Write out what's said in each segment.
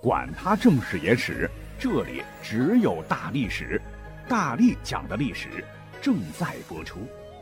管它正史野史，这里只有大历史，大力讲的历史正在播出。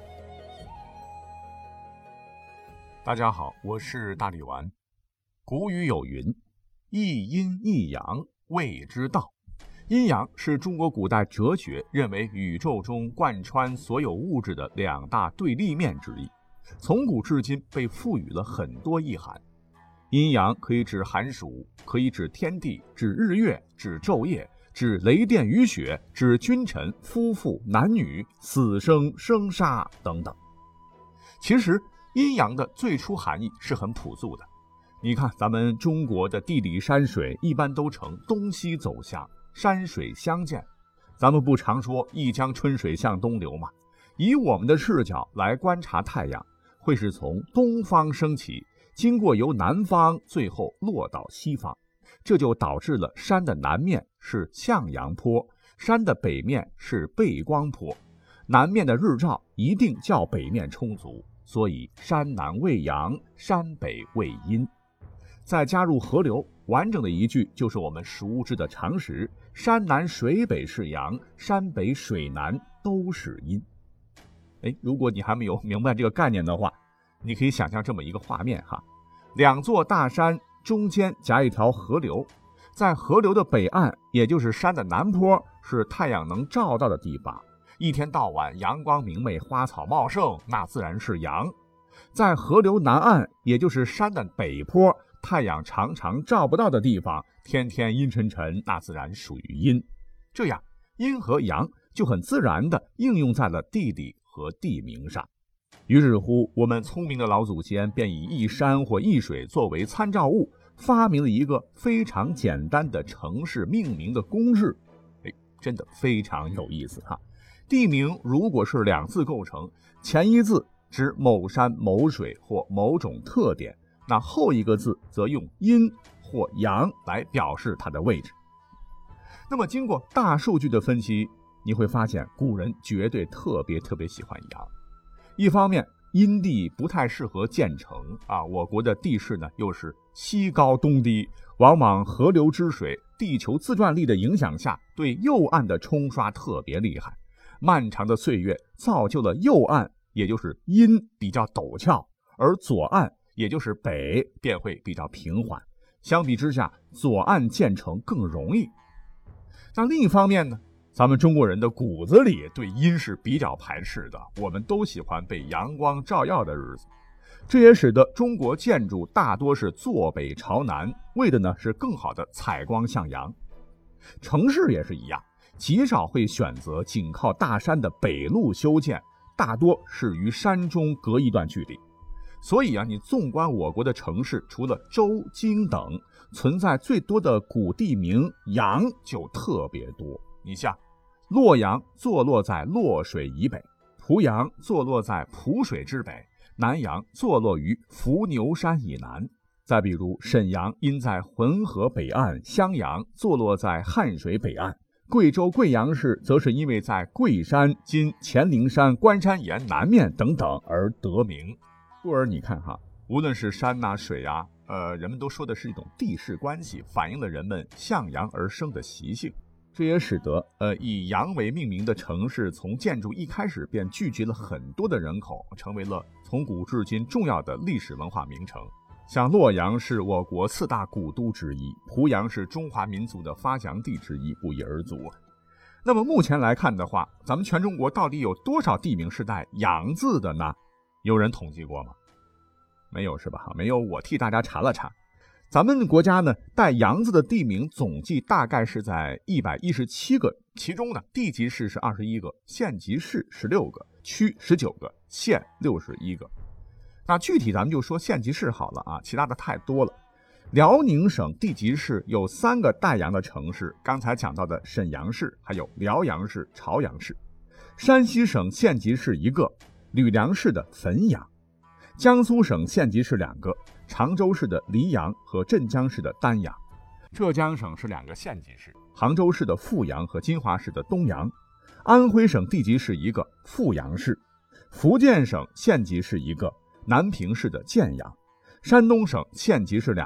大家好，我是大力丸。古语有云，一阴一阳谓之道。阴阳是中国古代哲学认为宇宙中贯穿所有物质的两大对立面之一，从古至今被赋予了很多意涵。阴阳可以指寒暑，可以指天地，指日月，指昼夜，指雷电雨雪，指君臣、夫妇、男女、死生、生杀等等。其实阴阳的最初含义是很朴素的，你看咱们中国的地理山水一般都呈东西走向，山水相间。咱们不常说一江春水向东流吗？以我们的视角来观察太阳，会是从东方升起，经过由南方最后落到西方，这就导致了山的南面是向阳坡，山的北面是背光坡，南面的日照一定较北面充足，所以山南为阳，山北为阴。再加入河流，完整的一句就是我们熟知的常识：山南水北是阳，山北水南都是阴。如果你还没有明白这个概念的话，你可以想象这么一个画面哈，两座大山中间夹一条河流，在河流的北岸，也就是山的南坡，是太阳能照到的地方，一天到晚阳光明媚，花草茂盛，那自然是阳。在河流南岸，也就是山的北坡，太阳常常照不到的地方，天天阴沉沉，那自然属于阴。这样阴和阳就很自然地应用在了地理和地名上。于是乎，我们聪明的老祖先便以一山或一水作为参照物，发明了一个非常简单的城市命名的公式。真的非常有意思哈。地名如果是两字构成，前一字指某山某水或某种特点，那后一个字则用阴或阳来表示它的位置。那么经过大数据的分析，你会发现古人绝对特别喜欢阳。一方面，阴地不太适合建城我国的地势呢又是西高东低，往往河流之水地球自转力的影响下，对右岸的冲刷特别厉害。漫长的岁月造就了右岸，也就是阴比较陡峭，而左岸也就是北便会比较平缓。相比之下，左岸建成更容易。那另一方面呢，咱们中国人的骨子里对阴是比较排斥的，我们都喜欢被阳光照耀的日子。这也使得中国建筑大多是坐北朝南，为的呢是更好的采光向阳。城市也是一样，极少会选择紧靠大山的北路修建，大多是于山中隔一段距离。所以你纵观我国的城市，除了周、京等，存在最多的古地名阳就特别多。你像洛阳坐落在洛水以北，濮阳坐落在濮水之北，南阳坐落于伏牛山以南。再比如沈阳因在浑河北岸，襄阳坐落在汉水北岸，贵州贵阳市则是因为在贵山今乾陵山关山岩南面等等而得名。故而你看哈，无论是山水人们都说的是一种地势关系，反映了人们向阳而生的习性。这也使得以阳为命名的城市从建筑一开始便聚集了很多的人口，成为了从古至今重要的历史文化名城。像洛阳是我国4大古都之一，濮阳是中华民族的发祥地之一，不一而足。那么目前来看的话，咱们全中国到底有多少地名是带阳字的呢？有人统计过吗？没有是吧？没有，我替大家查了查。咱们国家呢，带阳字的地名总计大概是在117个，其中呢，地级市是21个，县级市16个，区19个，县61个。那具体咱们就说县级市好了其他的太多了。辽宁省地级市有3个带阳的城市，刚才讲到的沈阳市，还有辽阳市、朝阳市。山西省县级市1个，吕梁市的汾阳。江苏省县级市2个，常州市的黎阳和镇江市的丹阳。浙江省是2个县级市，杭州市的富阳和金华市的东阳。安徽省地级市1个，富阳市。福建省县级市1个，南平市的建阳。山东省县级市2个，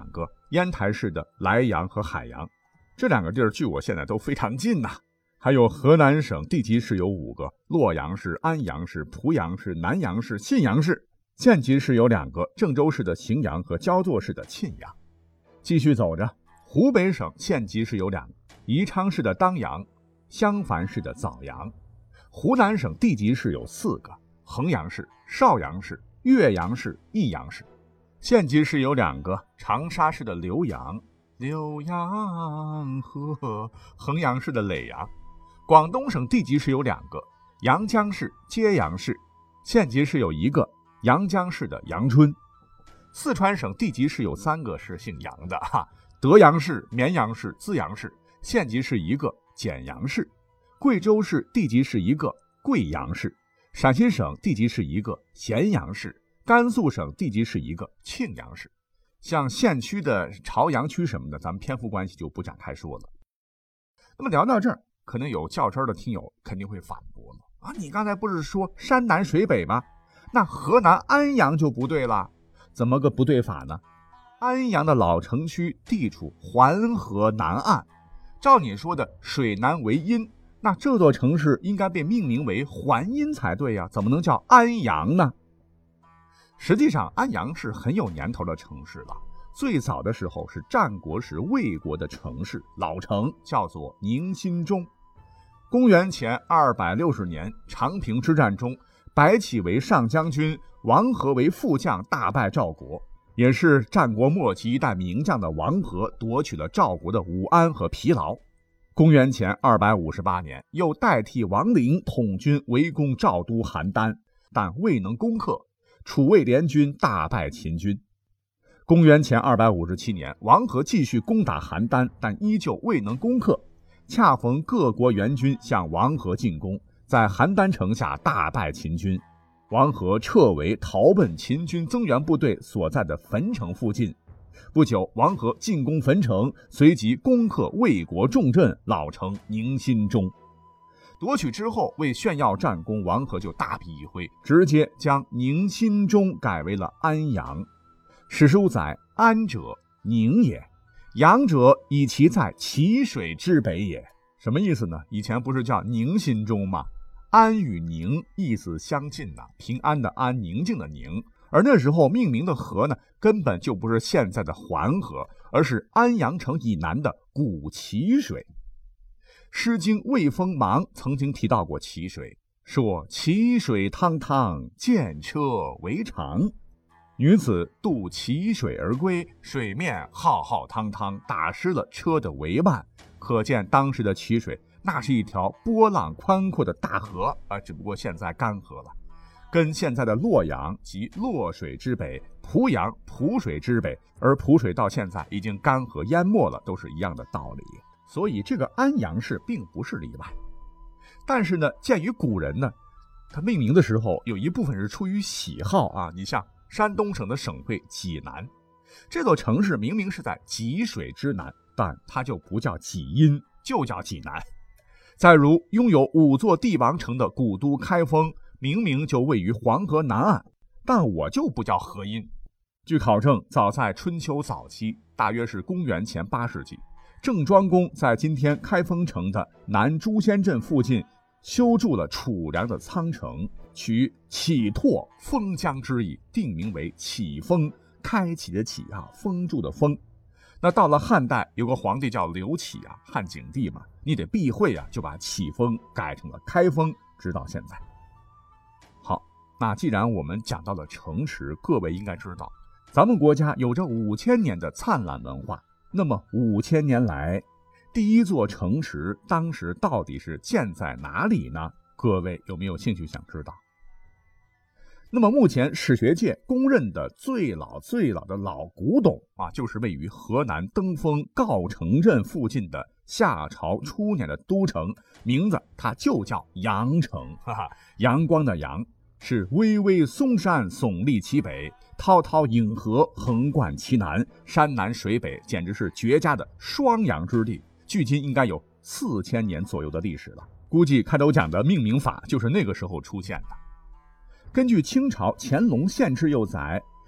烟台市的莱阳和海洋，这2个地儿距我现在都非常近呐。还有河南省地级市有5个，洛阳市、安阳市、濮阳市、南阳市、信阳市；县级市有2个，郑州市的荥阳和焦作市的沁阳。继续走着，湖北省县级市有2个，宜昌市的当阳、襄樊市的枣阳；湖南省地级市有4个，衡阳市、邵阳市、岳阳市、益阳市；县级市有2个，长沙市的浏阳、浏阳和衡阳市的耒阳；广东省地级市有2个，阳江市、揭阳市；县级市有1个，阳江市的阳春；四川省地级市有3个是姓杨的德阳市、绵阳市、资阳市；县级市1个，简阳市；贵州市地级市1个，贵阳市；陕西省地级市1个，咸阳市；甘肃省地级市1个，庆阳市。像县区的朝阳区什么的，咱们篇幅关系就不展开说了。那么聊到这儿，可能有较真的听友肯定会反驳了你刚才不是说山南水北吗？那河南安阳就不对了。怎么个不对法呢？安阳的老城区地处环河南岸，照你说的水南为阴，那这座城市应该被命名为环阴才对呀，怎么能叫安阳呢？实际上安阳是很有年头的城市了，最早的时候是战国时魏国的城市，老城叫做宁辛中。公元前260年长平之战中，白起为上将军，王和为副将，大败赵国，也是战国末期一代名将的王和夺取了赵国的武安和疲劳。公元前258年，又代替王陵统军围攻赵都邯郸，但未能攻克，楚魏联军大败秦军。公元前257年，王和继续攻打邯郸，但依旧未能攻克，恰逢各国援军向王和进攻，在邯郸城下大败秦军。王和撤围逃奔秦军增援部队所在的汾城附近。不久，王和进攻汾城，随即攻克魏国重镇老城宁辛中。夺取之后，为炫耀战功，王和就大笔一挥，直接将宁辛中改为了安阳。史书载：安者，宁也；阳者，以其在淇水之北也。什么意思呢？以前不是叫宁辛中吗？安与宁意思相近平安的安，宁静的宁。而那时候命名的河呢，根本就不是现在的环河，而是安阳城以南的古淇水。诗经《卫风芒》曾经提到过淇水，说淇水汤汤，见车为长。女子渡淇水而归，水面浩浩汤汤，打湿了车的帷幔，可见当时的淇水那是一条波浪宽阔的大河只不过现在干涸了，跟现在的洛阳及洛水之北、濮阳濮水之北，而濮水到现在已经干涸淹没了，都是一样的道理。所以这个安阳市并不是例外。但是呢，鉴于古人呢，他命名的时候有一部分是出于喜好你像山东省的省会济南，这座城市明明是在济水之南，但它就不叫济阴，就叫济南。再如拥有5座帝王城的古都开封，明明就位于黄河南岸，但我就不叫河阴。据考证，早在春秋早期，大约是公元前8世纪，郑庄公在今天开封城的南朱仙镇附近修筑了储粮的仓城，取启拓封疆之意，定名为启封，开启的启封住的封。那到了汉代，有个皇帝叫刘启汉景帝嘛，你得避讳就把启封改成了开封，直到现在。好，那既然我们讲到了城池，各位应该知道，咱们国家有着5000年的灿烂文化。那么5000年来，第一座城池当时到底是建在哪里呢？各位有没有兴趣想知道？那么目前史学界公认的最老的老古董就是位于河南登封郜城镇附近的夏朝初年的都城，名字它就叫阳城。阳光的阳，是巍巍嵩山耸立其北，滔滔颍河横贯其南，山南水北，简直是绝佳的双阳之地。距今应该有4000年左右的历史了，估计开头讲的命名法就是那个时候出现的。根据清朝乾隆县志又载，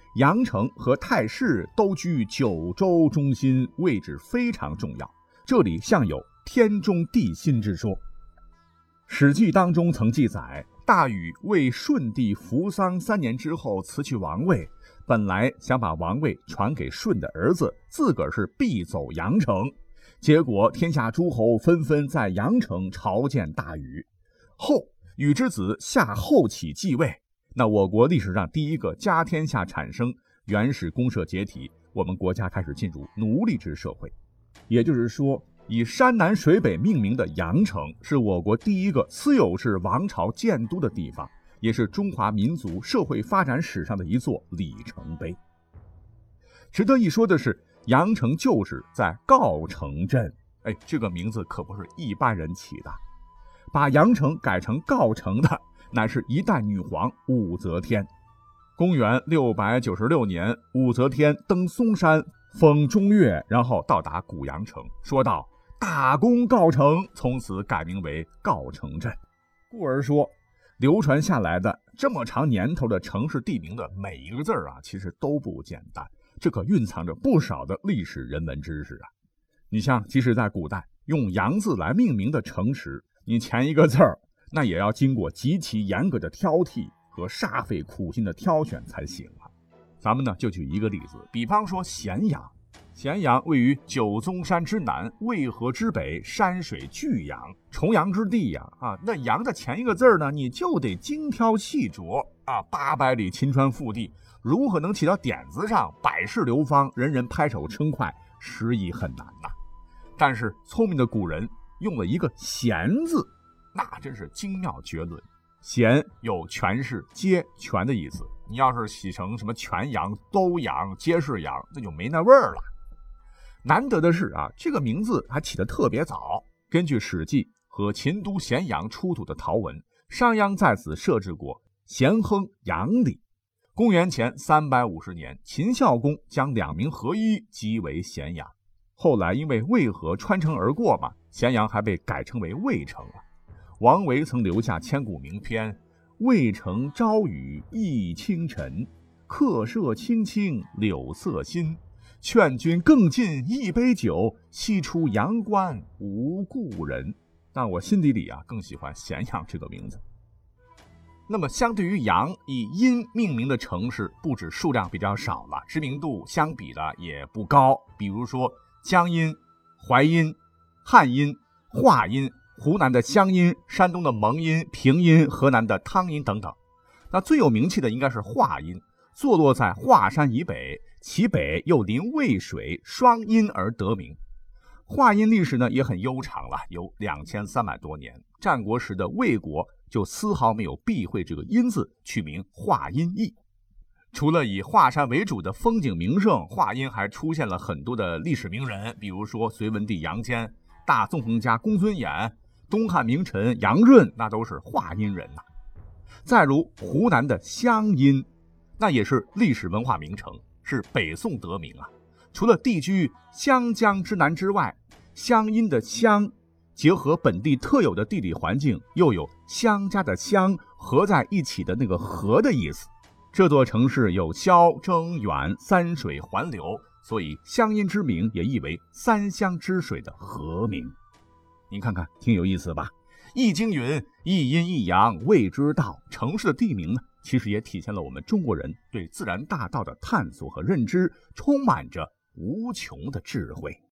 阳城和太市都居九州中心，位置非常重要，这里像有天中地心之说。史记当中曾记载，大禹为舜帝扶丧3年之后辞去王位，本来想把王位传给舜的儿子，自个儿是必走阳城，结果天下诸侯纷纷在阳城朝见大禹。后禹之子夏后启继位，那我国历史上第一个家天下产生，原始公社解体，我们国家开始进入奴隶制社会。也就是说，以山南水北命名的阳城是我国第一个私有制王朝建都的地方，也是中华民族社会发展史上的一座里程碑。值得一说的是，阳城旧址在郜城镇，这个名字可不是一般人起的。把阳城改成郜城的乃是一代女皇武则天。公元696年，武则天登嵩山，封中岳，然后到达古阳城，说道：“大功告成”，从此改名为郜城镇。故而说，流传下来的这么长年头的城市地名的每一个字其实都不简单，这可蕴藏着不少的历史人文知识啊。你像，即使在古代用阳字来命名的城池，你前一个字那也要经过极其严格的挑剔和煞费苦心的挑选才行啊。咱们呢就举一个例子，比方说咸阳。咸阳位于九宗山之南，渭河之北，山水巨阳，重阳之地那阳的前一个字呢，你就得精挑细琢800里秦川腹地，如何能起到点子上，百世流芳，人人拍手称快，实已很难呐。但是聪明的古人用了一个咸字，那真是精妙绝伦。咸有全是皆全的意思，你要是写成什么全阳、都阳、皆是阳，那就没那味儿了。难得的是这个名字还起得特别早。根据《史记》和秦都咸阳出土的陶文，商鞅在此设置过咸亨阳里。公元前350年，秦孝公将2名合一即为咸阳。后来因为渭河穿城而过嘛，咸阳还被改称为渭城王维曾留下千古名篇：渭城朝雨浥轻尘，客舍青青柳色新。劝君更尽一杯酒，西出阳关无故人。但我心底里更喜欢咸阳这个名字。那么相对于阳，以殷命名的城市不止数量比较少了，知名度相比的也不高。比如说江阴、淮阴、汉阴、华阴，湖南的湘阴，山东的蒙阴、平阴，河南的汤阴等等。那最有名气的应该是华阴，坐落在华山以北，其北又临渭水，双阴而得名。华阴历史呢也很悠长了，有2300多年。战国时的魏国就丝毫没有避讳这个阴字，取名华阴邑。除了以华山为主的风景名胜，华阴还出现了很多的历史名人，比如说隋文帝杨坚、大纵横家公孙衍、东汉名臣杨润，那都是华阴人呐。再如湖南的湘阴，那也是历史文化名城，是北宋得名除了地居湘江之南之外，湘阴的湘结合本地特有的地理环境，又有湘家的湘合在一起的那个合的意思。这座城市有萧、征、远3水环流，所以湘阴之名也译为3湘之水的合名。您看看，挺有意思吧？易经云：一阴一阳谓之道。城市的地名呢，其实也体现了我们中国人对自然大道的探索和认知，充满着无穷的智慧。